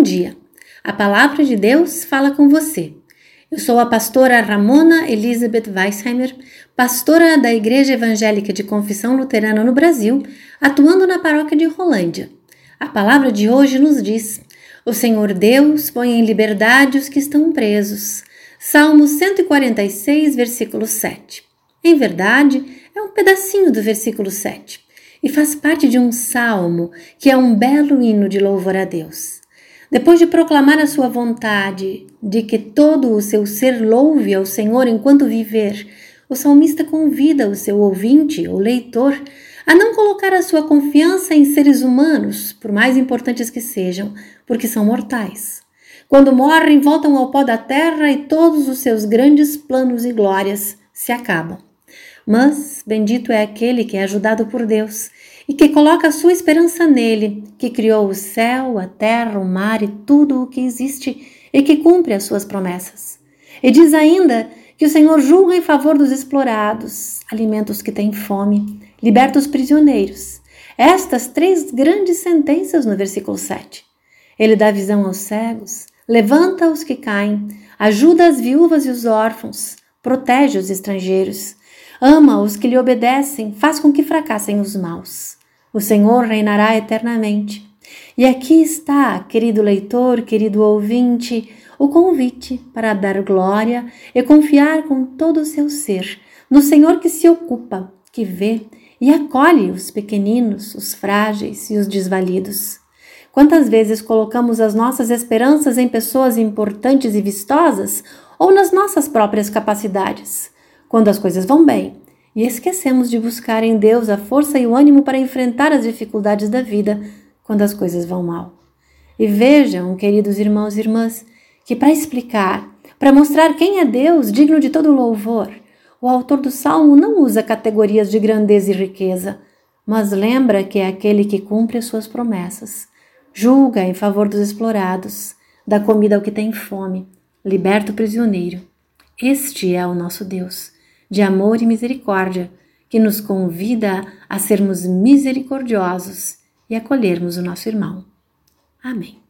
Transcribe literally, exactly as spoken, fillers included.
Bom dia! A Palavra de Deus fala com você. Eu sou a pastora Ramona Elizabeth Weisheimer, pastora da Igreja Evangélica de Confissão Luterana no Brasil, atuando na paróquia de Rolândia. A palavra de hoje nos diz: o Senhor Deus põe em liberdade os que estão presos. Salmo cento e quarenta e seis, versículo sete. Em verdade, é um pedacinho do versículo sete e faz parte de um salmo que é um belo hino de louvor a Deus. Depois de proclamar a sua vontade de que todo o seu ser louve ao Senhor enquanto viver, o salmista convida o seu ouvinte, ou leitor, a não colocar a sua confiança em seres humanos, por mais importantes que sejam, porque são mortais. Quando morrem, voltam ao pó da terra e todos os seus grandes planos e glórias se acabam. Mas bendito é aquele que é ajudado por Deus e que coloca a sua esperança nele, que criou o céu, a terra, o mar e tudo o que existe e que cumpre as suas promessas. E diz ainda que o Senhor julga em favor dos explorados, alimenta os que têm fome, liberta os prisioneiros. Estas três grandes sentenças no versículo sete. Ele dá visão aos cegos, levanta os que caem, ajuda as viúvas e os órfãos, protege os estrangeiros, ama os que lhe obedecem, faz com que fracassem os maus. O Senhor reinará eternamente. E aqui está, querido leitor, querido ouvinte, o convite para dar glória e confiar com todo o seu ser no Senhor que se ocupa, que vê e acolhe os pequeninos, os frágeis e os desvalidos. Quantas vezes colocamos as nossas esperanças em pessoas importantes e vistosas ou nas nossas próprias capacidades, quando as coisas vão bem, e esquecemos de buscar em Deus a força e o ânimo para enfrentar as dificuldades da vida quando as coisas vão mal. E vejam, queridos irmãos e irmãs, que para explicar, para mostrar quem é Deus digno de todo louvor, o autor do Salmo não usa categorias de grandeza e riqueza, mas lembra que é aquele que cumpre as suas promessas, julga em favor dos explorados, dá comida ao que tem fome, liberta o prisioneiro. Este é o nosso Deus, de amor e misericórdia, que nos convida a sermos misericordiosos e acolhermos o nosso irmão. Amém.